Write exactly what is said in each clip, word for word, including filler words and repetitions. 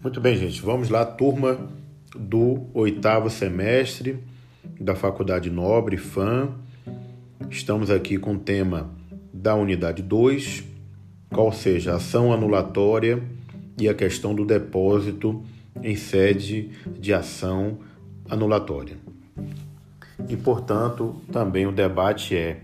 Muito bem, gente. Vamos lá, turma do oitavo semestre da Faculdade Nobre, F A M. Estamos aqui com o tema da unidade dois, qual seja a ação anulatória e a questão do depósito em sede de ação anulatória. E, portanto, também o debate é: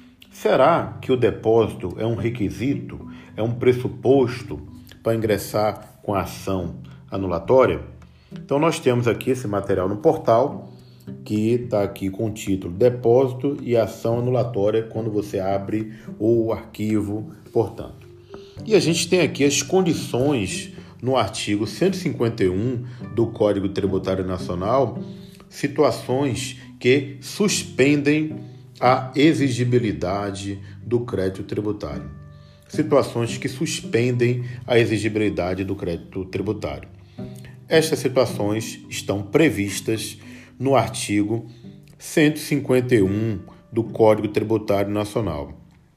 será que o depósito é um requisito, é um pressuposto para ingressar com a ação anulatória? Então, nós temos aqui esse material no portal, que está aqui com o título Depósito e Ação Anulatória, quando você abre o arquivo, portanto. E a gente tem aqui as condições no artigo cento e cinquenta e um do Código Tributário Nacional, situações que suspendem a exigibilidade do crédito tributário. Situações que suspendem a exigibilidade do crédito tributário. Estas situações estão previstas no artigo cento e cinquenta e um do Código Tributário Nacional.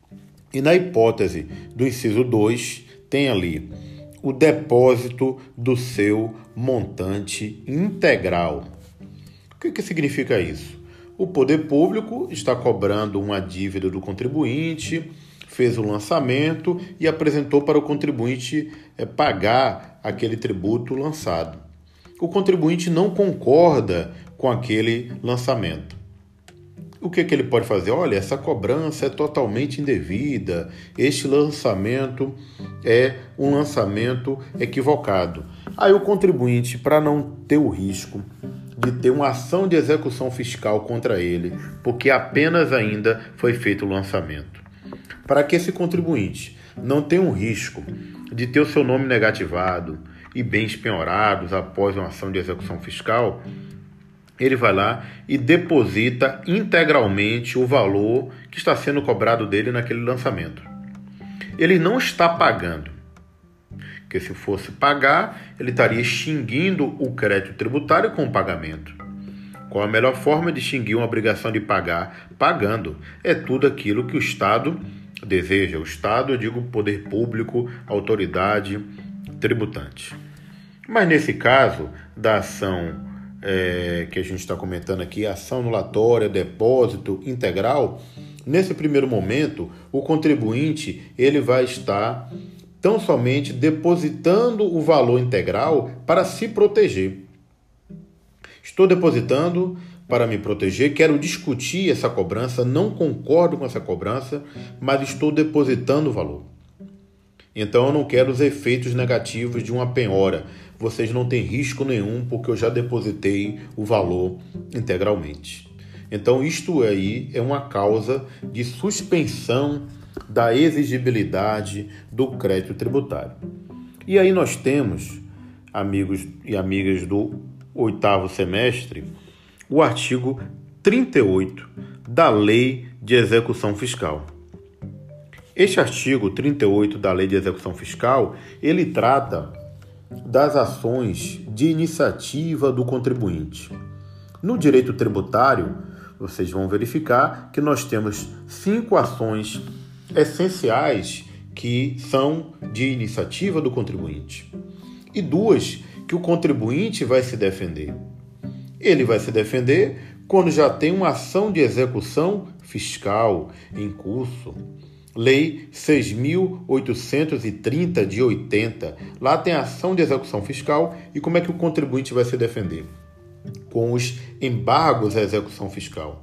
E na hipótese do inciso dois, tem ali o depósito do seu montante integral. O que, que significa isso? O poder público está cobrando uma dívida do contribuinte, fez o lançamento e apresentou para o contribuinte é, pagar aquele tributo lançado. O contribuinte não concorda com aquele lançamento. O que, que ele pode fazer? Olha, essa cobrança é totalmente indevida, este lançamento é um lançamento equivocado. Aí o contribuinte, para não ter o risco de ter uma ação de execução fiscal contra ele, porque apenas ainda foi feito o lançamento, para que esse contribuinte não tenha um risco de ter o seu nome negativado e bens penhorados após uma ação de execução fiscal, ele vai lá e deposita integralmente o valor que está sendo cobrado dele naquele lançamento. Ele não está pagando, porque se fosse pagar, ele estaria extinguindo o crédito tributário com o pagamento. Qual a melhor forma de extinguir uma obrigação de pagar? Pagando. É tudo aquilo que o Estado deseja. O Estado, eu digo poder público, autoridade tributante. Mas nesse caso da ação é, que a gente está comentando aqui, ação anulatória, depósito integral, nesse primeiro momento, o contribuinte ele vai estar tão somente depositando o valor integral para se proteger. Estou depositando para me proteger, quero discutir essa cobrança, não concordo com essa cobrança, mas estou depositando o valor. Então eu não quero os efeitos negativos de uma penhora. Vocês não têm risco nenhum porque eu já depositei o valor integralmente. Então isto aí é uma causa de suspensão da exigibilidade do crédito tributário. E aí nós temos, amigos e amigas do oitavo semestre, o artigo trinta e oito da Lei de Execução Fiscal. Este artigo trinta e oito da Lei de Execução Fiscal, ele trata das ações de iniciativa do contribuinte. No direito tributário, vocês vão verificar que nós temos cinco ações essenciais que são de iniciativa do contribuinte e duas que o contribuinte vai se defender. Ele vai se defender quando já tem uma ação de execução fiscal em curso. Lei seis mil oitocentos e trinta de oitenta. Lá tem a ação de execução fiscal e como é que o contribuinte vai se defender? Com os embargos à execução fiscal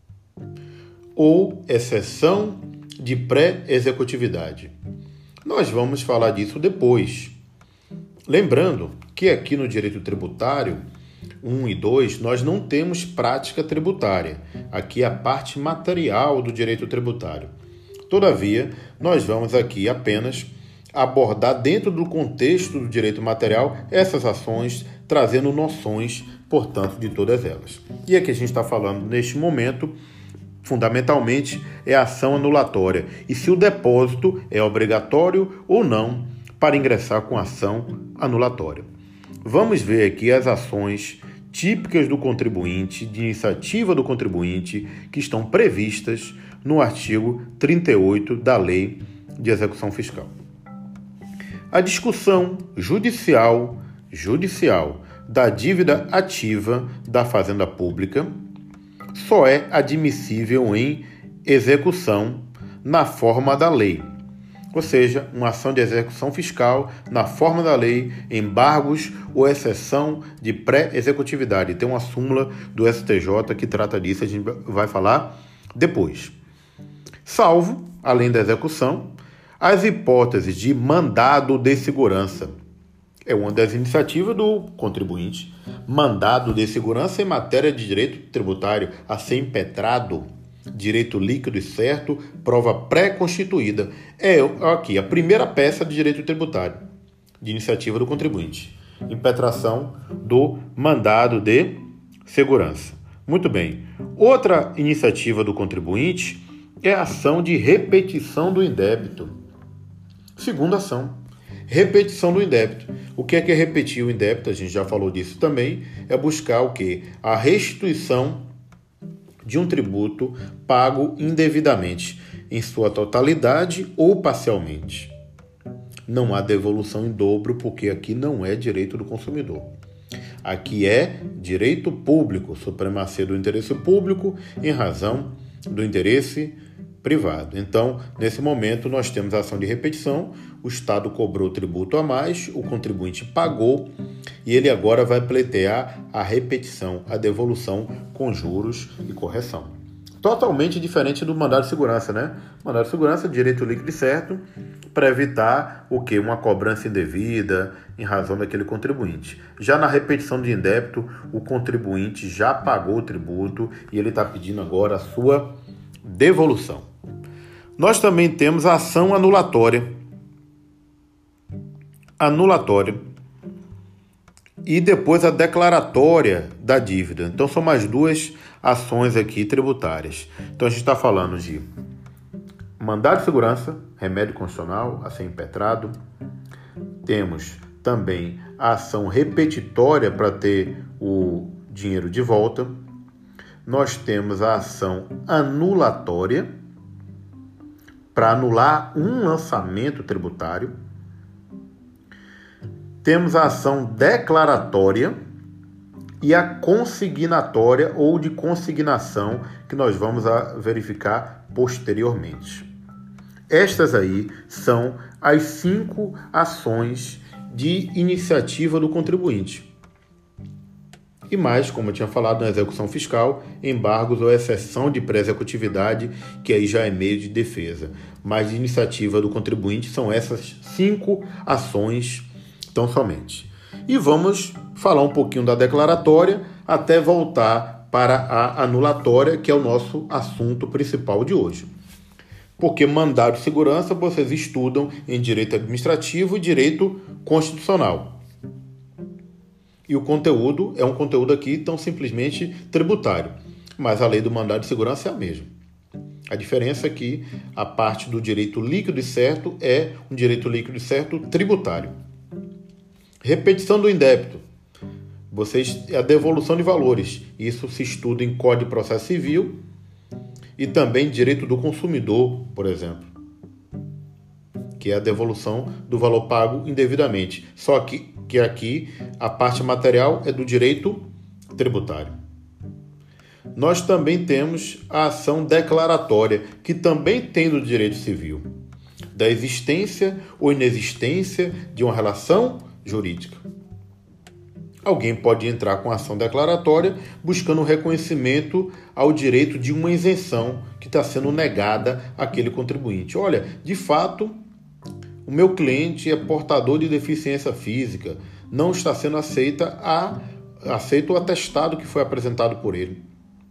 ou exceção de pré-executividade. Nós vamos falar disso depois. Lembrando que aqui no direito tributário um e dois, nós não temos prática tributária. Aqui é a parte material do direito tributário. Todavia, nós vamos aqui apenas abordar dentro do contexto do direito material essas ações, trazendo noções, portanto, de todas elas. E aqui a gente está falando, neste momento, fundamentalmente, é a ação anulatória. E se o depósito é obrigatório ou não para ingressar com ação anulatória. Vamos ver aqui as ações típicas do contribuinte, de iniciativa do contribuinte, que estão previstas no artigo trinta e oito da Lei de Execução Fiscal. A discussão judicial judicial da dívida ativa da Fazenda Pública só é admissível em execução na forma da lei, ou seja, uma ação de execução fiscal na forma da lei, embargos ou exceção de pré-executividade. Tem uma súmula do S T J que trata disso, a gente vai falar depois. Salvo, além da execução, as hipóteses de mandado de segurança. É uma das iniciativas do contribuinte. Mandado de segurança em matéria de direito tributário a ser impetrado, direito líquido e certo, prova pré-constituída. É aqui a primeira peça de direito tributário, de iniciativa do contribuinte. Impetração do mandado de segurança. Muito bem. Outra iniciativa do contribuinte é a ação de repetição do indébito. Segunda ação. Repetição do indébito. O que é que é repetir o indébito? A gente já falou disso também. É buscar o quê? A restituição de um tributo pago indevidamente, em sua totalidade ou parcialmente. Não há devolução em dobro, porque aqui não é direito do consumidor. Aqui é direito público, supremacia do interesse público em razão do interesse privado. Então, nesse momento, nós temos a ação de repetição, o Estado cobrou tributo a mais, o contribuinte pagou e ele agora vai pleitear a repetição, a devolução com juros e correção. Totalmente diferente do mandado de segurança, né? Mandado de segurança, direito líquido e certo, para evitar o quê? Uma cobrança indevida em razão daquele contribuinte. Já na repetição de indébito, o contribuinte já pagou o tributo e ele está pedindo agora a sua devolução. Nós também temos a ação anulatória. Anulatória. E depois a declaratória da dívida. Então são mais duas ações aqui tributárias. Então a gente está falando de mandado de segurança, remédio constitucional a ser impetrado. Temos também a ação repetitória para ter o dinheiro de volta. Nós temos a ação anulatória para anular um lançamento tributário. Temos a ação declaratória e a consignatória ou de consignação, que nós vamos a verificar posteriormente. Estas aí são as cinco ações de iniciativa do contribuinte. E mais, como eu tinha falado, na execução fiscal, embargos ou exceção de pré-executividade, que aí já é meio de defesa. Mas de iniciativa do contribuinte são essas cinco ações tão somente. E vamos falar um pouquinho da declaratória até voltar para a anulatória, que é o nosso assunto principal de hoje. Porque mandado de segurança vocês estudam em direito administrativo e direito constitucional. E o conteúdo é um conteúdo aqui tão simplesmente tributário. Mas a lei do mandado de segurança é a mesma. A diferença é que a parte do direito líquido e certo é um direito líquido e certo tributário. Repetição do indébito. Vocês, é a devolução de valores. Isso se estuda em Código de Processo Civil e também direito do consumidor, por exemplo, que é a devolução do valor pago indevidamente. Só que, que aqui a parte material é do direito tributário. Nós também temos a ação declaratória, que também tem do direito civil, da existência ou inexistência de uma relação jurídica. Alguém pode entrar com ação declaratória buscando reconhecimento ao direito de uma isenção que está sendo negada àquele contribuinte. Olha, de fato, o meu cliente é portador de deficiência física, não está sendo aceita a, aceito o atestado que foi apresentado por ele.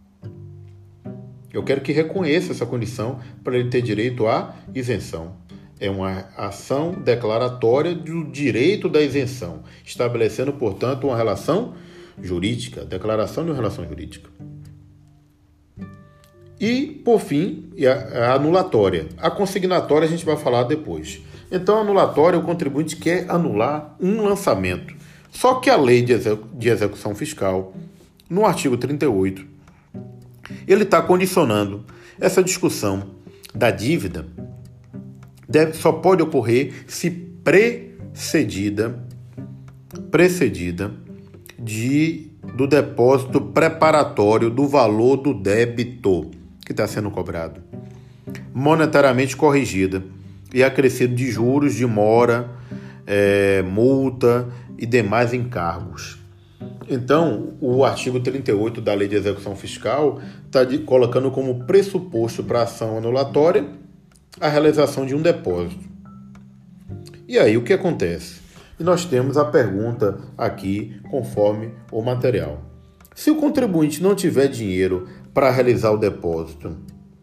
Eu quero que reconheça essa condição para ele ter direito à isenção. É uma ação declaratória do direito da isenção, estabelecendo, portanto, uma relação jurídica, declaração de uma relação jurídica. E, por fim, a anulatória. A consignatória a gente vai falar depois. Então, a anulatória, o contribuinte quer anular um lançamento. Só que a lei de execução fiscal, no artigo trinta e oito, ele está condicionando essa discussão da dívida. Deve, só pode ocorrer se precedida precedida de, do depósito preparatório do valor do débito que está sendo cobrado, monetariamente corrigida e acrescido de juros, de mora, é, multa e demais encargos. Então, o artigo trinta e oito da Lei de Execução Fiscal está colocando como pressuposto para a ação anulatória a realização de um depósito. E aí, o que acontece? E nós temos a pergunta aqui, conforme o material. Se o contribuinte não tiver dinheiro para realizar o depósito,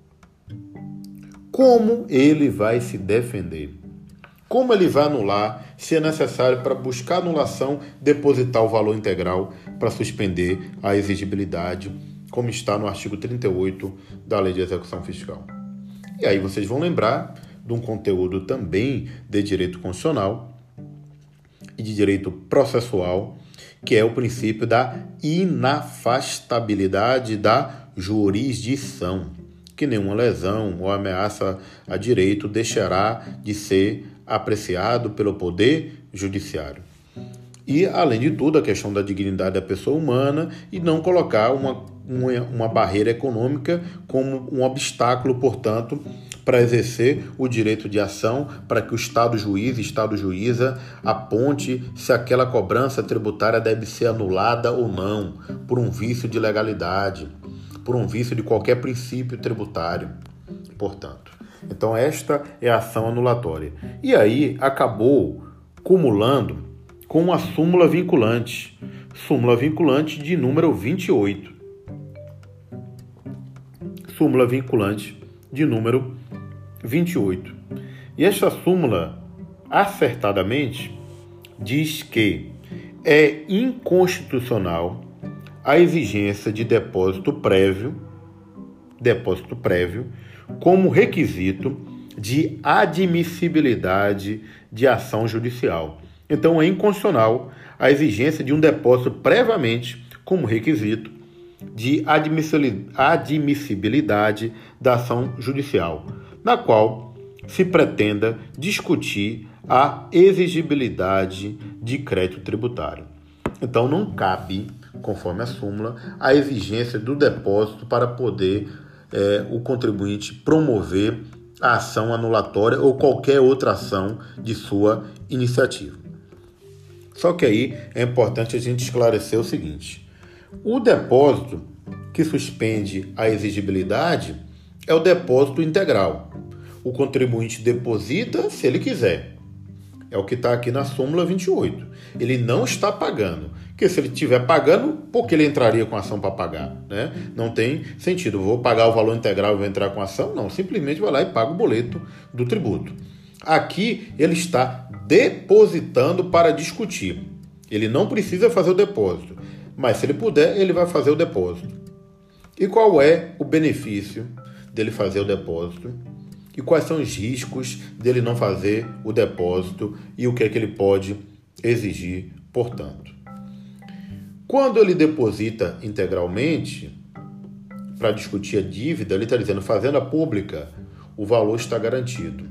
como ele vai se defender? Como ele vai anular, se é necessário para buscar anulação, depositar o valor integral para suspender a exigibilidade, como está no artigo trinta e oito da Lei de Execução Fiscal. E aí vocês vão lembrar de um conteúdo também de direito constitucional e de direito processual, que é o princípio da inafastabilidade da jurisdição, que nenhuma lesão ou ameaça a direito deixará de ser apreciado pelo Poder Judiciário. E, além de tudo, a questão da dignidade da pessoa humana e não colocar uma, uma, uma barreira econômica como um obstáculo, portanto, para exercer o direito de ação, para que o Estado juiz e Estado juíza aponte se aquela cobrança tributária deve ser anulada ou não, por um vício de legalidade, por um vício de qualquer princípio tributário, portanto. Então, esta é a ação anulatória. E aí, acabou cumulando com uma súmula vinculante. Súmula vinculante de número vinte e oito. Súmula vinculante de número vinte e oito. E esta súmula, acertadamente, diz que é inconstitucional a exigência de depósito prévio, depósito prévio, como requisito de admissibilidade de ação judicial. Então, é inconstitucional a exigência de um depósito previamente como requisito de admissibilidade da ação judicial, na qual se pretenda discutir a exigibilidade de crédito tributário. Então, não cabe, conforme a súmula, a exigência do depósito para poder É, o contribuinte promover a ação anulatória ou qualquer outra ação de sua iniciativa. Só que aí é importante a gente esclarecer o seguinte: o depósito que suspende a exigibilidade é o depósito integral. O contribuinte deposita se ele quiser. É o que está aqui na súmula vinte e oito. Ele não está pagando. Porque se ele estiver pagando, por que ele entraria com ação para pagar? Né? Não tem sentido. Vou pagar o valor integral e vou entrar com ação? Não, simplesmente vai lá e paga o boleto do tributo. Aqui ele está depositando para discutir. Ele não precisa fazer o depósito. Mas se ele puder, ele vai fazer o depósito. E qual é o benefício dele fazer o depósito? E quais são os riscos dele não fazer o depósito e o que é que ele pode exigir, portanto. Quando ele deposita integralmente, para discutir a dívida, ele está dizendo, fazenda pública, o valor está garantido.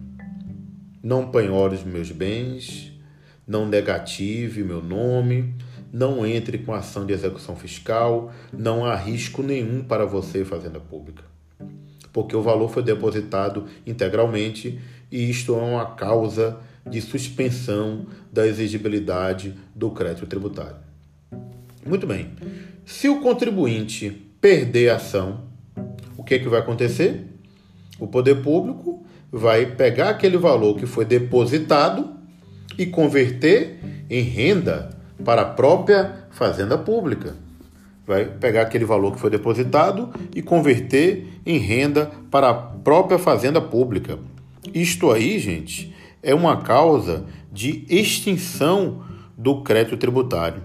Não penhore os meus bens, não negative meu nome, não entre com ação de execução fiscal, não há risco nenhum para você, fazenda pública. Porque o valor foi depositado integralmente e isto é uma causa de suspensão da exigibilidade do crédito tributário. Muito bem. Se o contribuinte perder a ação, o que é que vai acontecer? O poder público vai pegar aquele valor que foi depositado e converter em renda para a própria fazenda pública. Vai pegar aquele valor que foi depositado e converter em renda para a própria fazenda pública. Isto aí, gente, é uma causa de extinção do crédito tributário.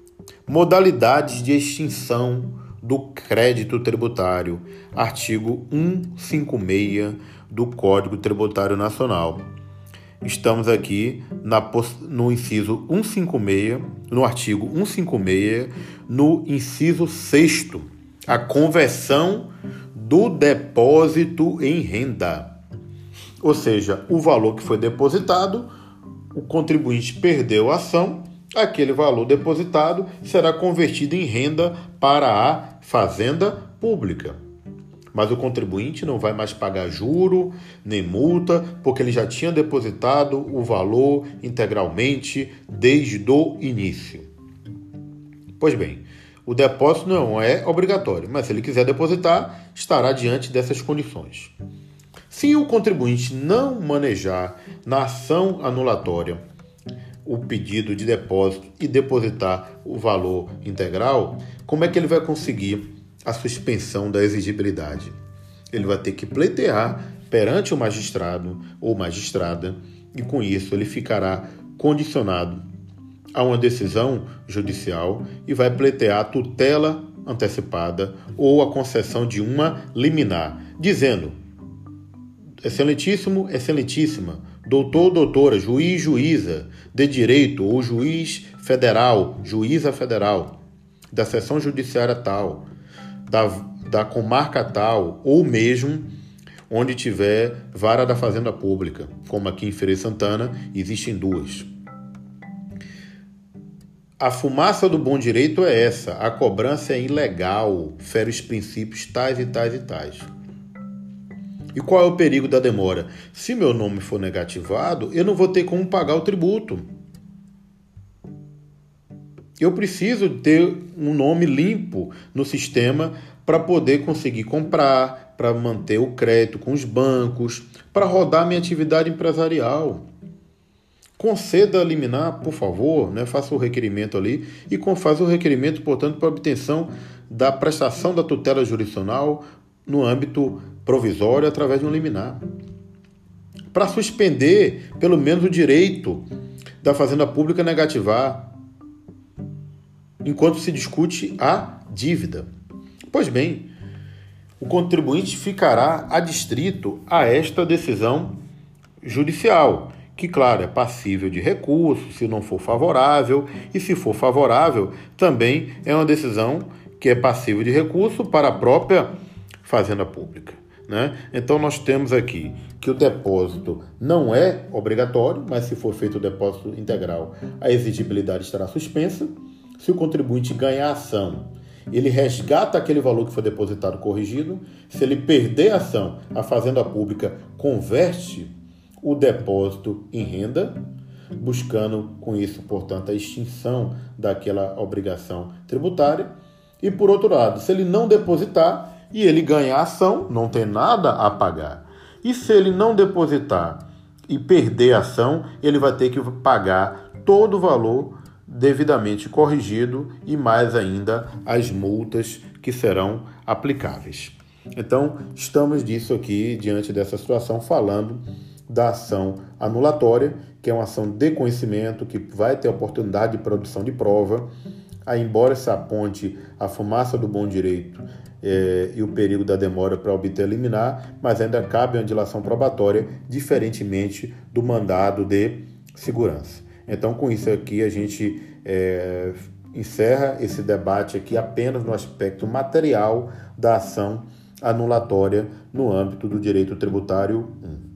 Modalidades de extinção do crédito tributário. Artigo cento e cinquenta e seis do Código Tributário Nacional. Estamos aqui na, no inciso cento e cinquenta e seis, no artigo cento e cinquenta e seis, no inciso sexto, a conversão do depósito em renda. Ou seja, o valor que foi depositado, o contribuinte perdeu a ação aquele valor depositado será convertido em renda para a fazenda pública. Mas o contribuinte não vai mais pagar juro nem multa, porque ele já tinha depositado o valor integralmente desde o início. Pois bem, o depósito não é obrigatório, mas se ele quiser depositar, estará diante dessas condições. Se o contribuinte não manejar na ação anulatória o pedido de depósito e depositar o valor integral, como é que ele vai conseguir a suspensão da exigibilidade? Ele vai ter que pleitear perante o magistrado ou magistrada e com isso ele ficará condicionado a uma decisão judicial e vai pleitear a tutela antecipada ou a concessão de uma liminar, dizendo: excelentíssimo, excelentíssima, doutor, doutora, juiz, juíza de direito ou juiz federal, juíza federal, da seção judiciária tal, da, da comarca tal, ou mesmo onde tiver vara da fazenda pública, como aqui em Feira de Santana, existem duas. A fumaça do bom direito é essa: a cobrança é ilegal, fere os princípios tais e tais e tais. E qual é o perigo da demora? Se meu nome for negativado, eu não vou ter como pagar o tributo. Eu preciso ter um nome limpo no sistema para poder conseguir comprar, para manter o crédito com os bancos, para rodar minha atividade empresarial. Conceda a liminar, por favor, né? Faça o requerimento ali e faz o requerimento, portanto, para obtenção da prestação da tutela jurisdicional no âmbito provisório através de um liminar. Para suspender, pelo menos, o direito da fazenda pública negativar, enquanto se discute a dívida. Pois bem, o contribuinte ficará adstrito a esta decisão judicial, que, claro, é passível de recurso se não for favorável, e se for favorável, também é uma decisão que é passível de recurso para a própria fazenda pública, né? Então, nós temos aqui que o depósito não é obrigatório, mas se for feito o depósito integral, a exigibilidade estará suspensa. Se o contribuinte ganhar a ação, ele resgata aquele valor que foi depositado corrigido. Se ele perder a ação, a fazenda pública converte o depósito em renda, buscando com isso, portanto, a extinção daquela obrigação tributária. E, por outro lado, se ele não depositar e ele ganhar a ação, não tem nada a pagar. E se ele não depositar e perder a ação, ele vai ter que pagar todo o valor devidamente corrigido e mais ainda as multas que serão aplicáveis. Então, estamos disso aqui, diante dessa situação, falando da ação anulatória, que é uma ação de conhecimento, que vai ter oportunidade de produção de prova. Aí, embora se aponte a fumaça do bom direito eh, e o perigo da demora para obter liminar, mas ainda cabe uma dilação probatória, diferentemente do mandado de segurança. Então, com isso aqui, a gente eh, encerra esse debate aqui apenas no aspecto material da ação anulatória no âmbito do direito tributário um.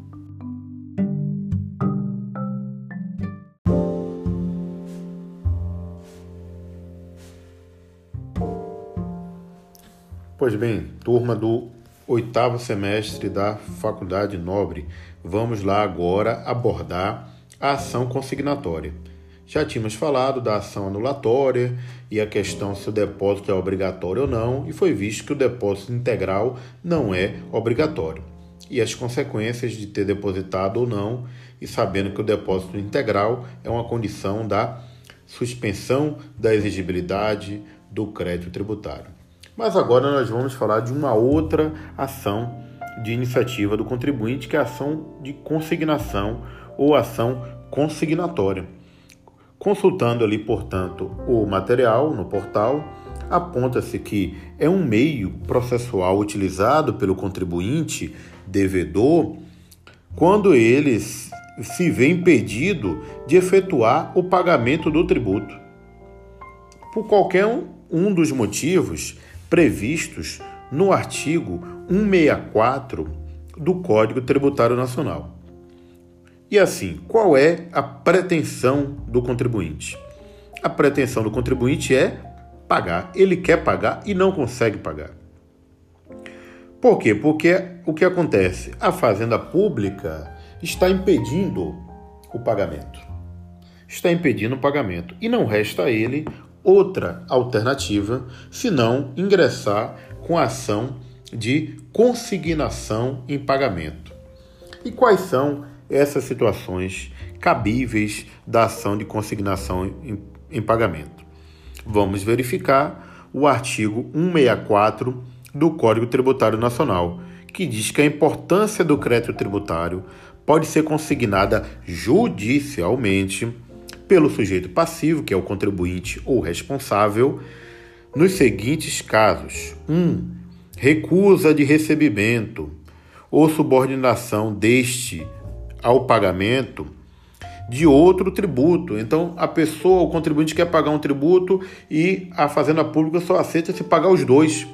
Pois bem, turma do oitavo semestre da Faculdade Nobre, vamos lá agora abordar a ação consignatória. Já tínhamos falado da ação anulatória e a questão se o depósito é obrigatório ou não, e foi visto que o depósito integral não é obrigatório. E as consequências de ter depositado ou não, e sabendo que o depósito integral é uma condição da suspensão da exigibilidade do crédito tributário. Mas agora nós vamos falar de uma outra ação de iniciativa do contribuinte, que é a ação de consignação ou ação consignatória. Consultando ali, portanto, o material no portal, aponta-se que é um meio processual utilizado pelo contribuinte devedor quando ele se vê impedido de efetuar o pagamento do tributo, por qualquer um, um dos motivos previstos no artigo cento e sessenta e quatro do Código Tributário Nacional. E assim, qual é a pretensão do contribuinte? A pretensão do contribuinte é pagar. Ele quer pagar e não consegue pagar. Por quê? Porque o que acontece? A Fazenda Pública está impedindo o pagamento. Está impedindo o pagamento. E não resta a ele outra alternativa, senão ingressar com a ação de consignação em pagamento. E quais são essas situações cabíveis da ação de consignação em, em pagamento? Vamos verificar o artigo cento e sessenta e quatro do Código Tributário Nacional, que diz que a importância do crédito tributário pode ser consignada judicialmente pelo sujeito passivo, que é o contribuinte ou responsável, nos seguintes casos. um. Recusa de recebimento ou subordinação deste ao pagamento de outro tributo. Então, a pessoa, o contribuinte quer pagar um tributo e a Fazenda Pública só aceita se pagar os dois.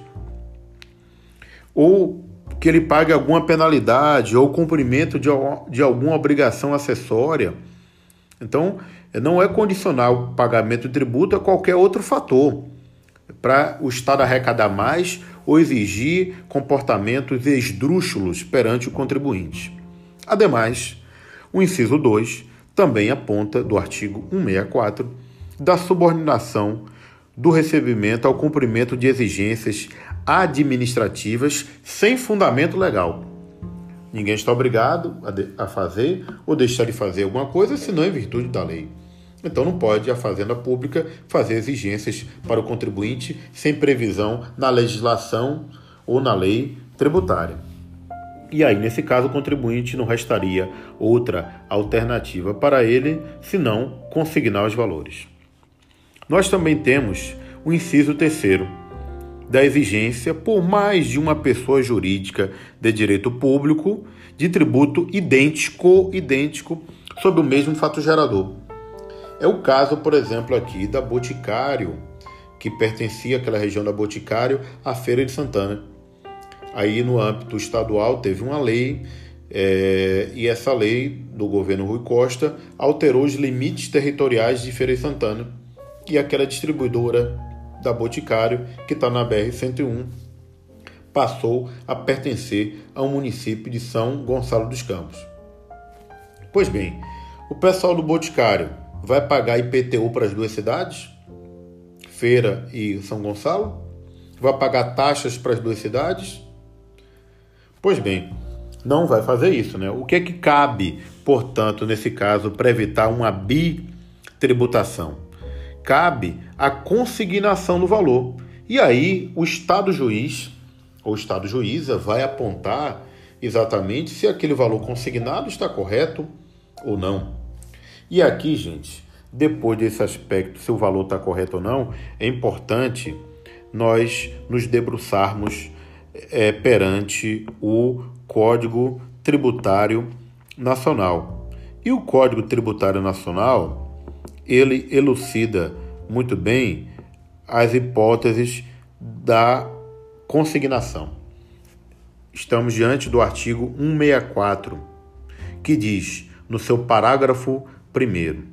Ou que ele pague alguma penalidade ou cumprimento de, de alguma obrigação acessória. Então, não é condicional o pagamento de tributo a qualquer outro fator para o Estado arrecadar mais ou exigir comportamentos esdrúxulos perante o contribuinte. Ademais, o inciso dois também aponta, do artigo cento e sessenta e quatro, da subordinação do recebimento ao cumprimento de exigências administrativas sem fundamento legal. Ninguém está obrigado a, de, a fazer ou deixar de fazer alguma coisa, senão em virtude da lei. Então não pode a Fazenda Pública fazer exigências para o contribuinte sem previsão na legislação ou na lei tributária. E aí, nesse caso, o contribuinte não restaria outra alternativa para ele, senão consignar os valores. Nós também temos o inciso terceiro, da exigência por mais de uma pessoa jurídica de direito público de tributo idêntico, idêntico sobre o mesmo fato gerador. É o caso, por exemplo, aqui da Boticário, que pertencia àquela região da Boticário, à Feira de Santana. Aí, no âmbito estadual, teve uma lei, é, e essa lei do governo Rui Costa alterou os limites territoriais de Feira de Santana. E aquela distribuidora da Boticário, que está na B R cento e um, passou a pertencer ao município de São Gonçalo dos Campos. Pois bem, o pessoal do Boticário vai pagar I P T U para as duas cidades, Feira e São Gonçalo? Vai pagar taxas para as duas cidades? Pois bem, não vai fazer isso, né? O que é que cabe, portanto, nesse caso, para evitar uma bitributação? Cabe a consignação do valor. E aí o Estado juiz ou Estado juíza vai apontar exatamente se aquele valor consignado está correto ou não. E aqui, gente, depois desse aspecto, se o valor está correto ou não, é importante nós nos debruçarmos é, perante o Código Tributário Nacional. E o Código Tributário Nacional, ele elucida muito bem as hipóteses da consignação. Estamos diante do artigo cento e sessenta e quatro, que diz, no seu parágrafo primeiro,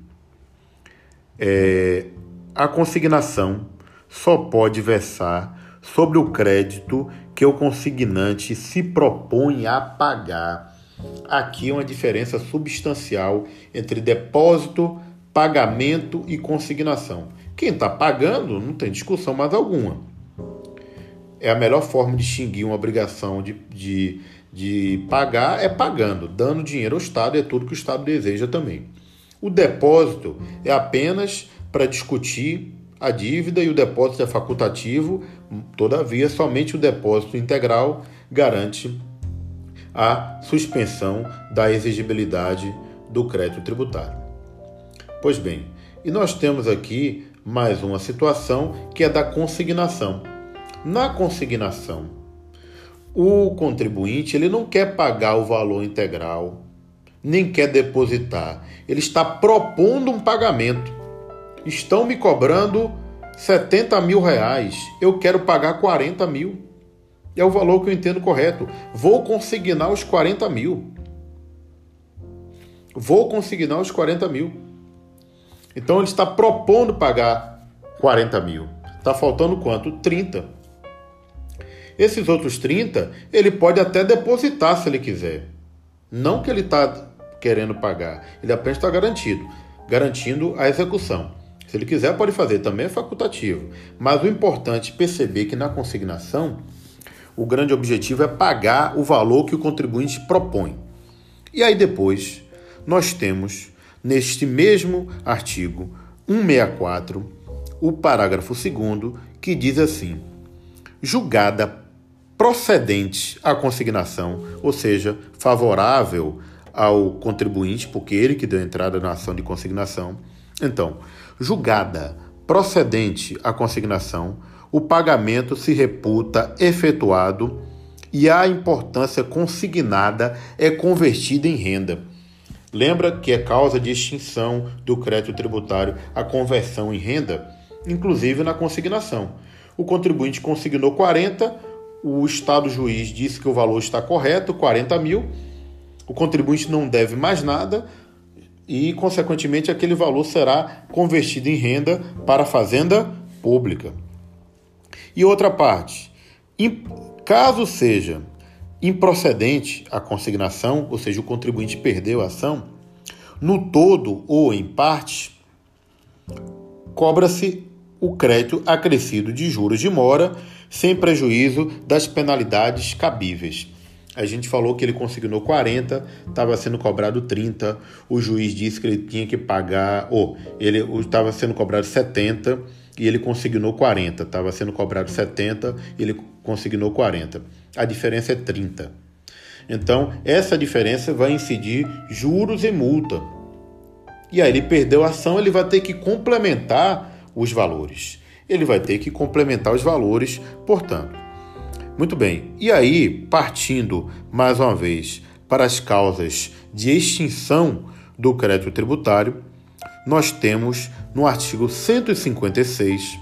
é, a consignação só pode versar sobre o crédito que o consignante se propõe a pagar. Aqui é uma diferença substancial entre depósito, pagamento e consignação. Quem está pagando não tem discussão mais alguma. É a melhor forma de distinguir uma obrigação de, de, de pagar é pagando, dando dinheiro ao Estado, é tudo que o Estado deseja também. O depósito é apenas para discutir a dívida e o depósito é facultativo, todavia, somente o depósito integral garante a suspensão da exigibilidade do crédito tributário. Pois bem, e nós temos aqui mais uma situação que é da consignação. Na consignação, o contribuinte ele não quer pagar o valor integral, nem quer depositar. Ele está propondo um pagamento. Estão me cobrando setenta mil reais. Eu quero pagar quarenta mil. É o valor que eu entendo correto. Vou consignar os quarenta mil. vou consignar os quarenta mil. Então ele está propondo pagar quarenta mil. Está faltando quanto? trinta. Esses outros trinta, ele pode até depositar se ele quiser. Não que ele está querendo pagar. Ele apenas está garantido, garantindo a execução. Se ele quiser, pode fazer. Também é facultativo. Mas o importante é perceber que na consignação, o grande objetivo é pagar o valor que o contribuinte propõe. E aí depois, nós temos, neste mesmo artigo cento e sessenta e quatro, o parágrafo segundo, que diz assim: julgada procedente à consignação, ou seja, favorável ao contribuinte, porque ele que deu entrada na ação de consignação. Então, julgada procedente à consignação, o pagamento se reputa efetuado e a importância consignada é convertida em renda. Lembra que é causa de extinção do crédito tributário a conversão em renda, inclusive na consignação. O contribuinte consignou quarenta, o Estado juiz disse que o valor está correto, quarenta mil, o contribuinte não deve mais nada e, consequentemente, aquele valor será convertido em renda para a fazenda pública. E outra parte, caso seja improcedente a consignação, ou seja, o contribuinte perdeu a ação, no todo ou em parte, cobra-se o crédito acrescido de juros de mora, sem prejuízo das penalidades cabíveis. A gente falou que ele consignou quarenta, estava sendo cobrado trinta, o juiz disse que ele tinha que pagar, ou ele estava sendo cobrado setenta e ele consignou quarenta, estava sendo cobrado setenta e ele consignou quarenta. A diferença é trinta. Então, essa diferença vai incidir juros e multa. E aí ele perdeu a ação, ele vai ter que complementar os valores. Ele vai ter que complementar os valores, portanto. Muito bem. E aí, partindo mais uma vez para as causas de extinção do crédito tributário, nós temos no artigo cento e cinquenta e seis,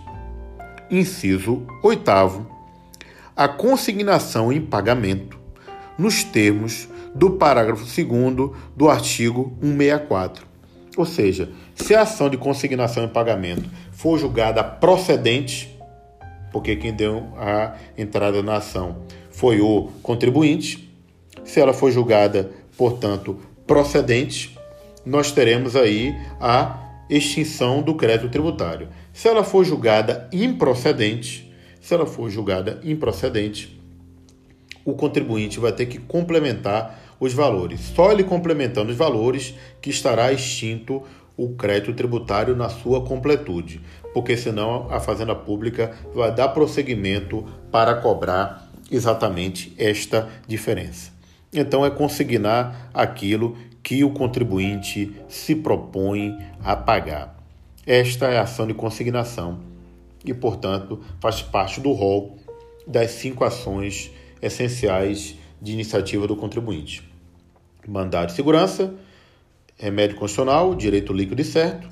inciso oitavo, a consignação em pagamento nos termos do parágrafo segundo do artigo cento e sessenta e quatro. Ou seja, se a ação de consignação em pagamento for julgada procedente, porque quem deu a entrada na ação foi o contribuinte, se ela for julgada, portanto, procedente, nós teremos aí a extinção do crédito tributário. Se ela for julgada improcedente, se ela for julgada improcedente, o contribuinte vai ter que complementar os valores. Só ele complementando os valores que estará extinto o crédito tributário na sua completude, porque senão a Fazenda Pública vai dar prosseguimento para cobrar exatamente esta diferença. Então é consignar aquilo que o contribuinte se propõe a pagar. Esta é a ação de consignação e, portanto, faz parte do rol das cinco ações essenciais de iniciativa do contribuinte: mandado de segurança, remédio constitucional, direito líquido e certo,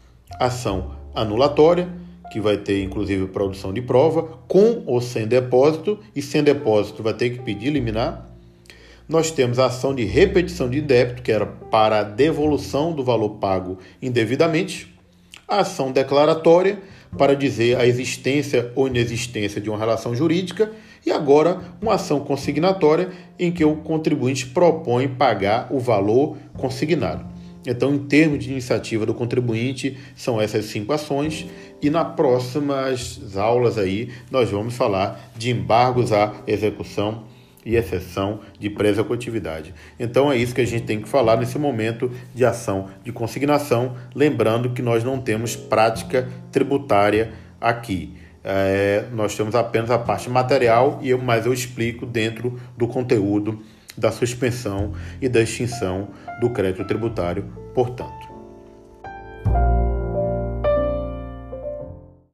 ação anulatória, que vai ter inclusive produção de prova, com ou sem depósito, e sem depósito vai ter que pedir liminar. Nós temos a ação de repetição de débito, que era para a devolução do valor pago indevidamente, a ação declaratória, para dizer a existência ou inexistência de uma relação jurídica, e agora uma ação consignatória em que o contribuinte propõe pagar o valor consignado. Então, em termos de iniciativa do contribuinte, são essas cinco ações, e nas próximas aulas aí nós vamos falar de embargos à execução e exceção de pré-executividade. Então é isso que a gente tem que falar nesse momento de ação de consignação, lembrando que nós não temos prática tributária aqui. É, nós temos apenas a parte material, e eu, mas eu explico dentro do conteúdo da suspensão e da extinção do crédito tributário, portanto.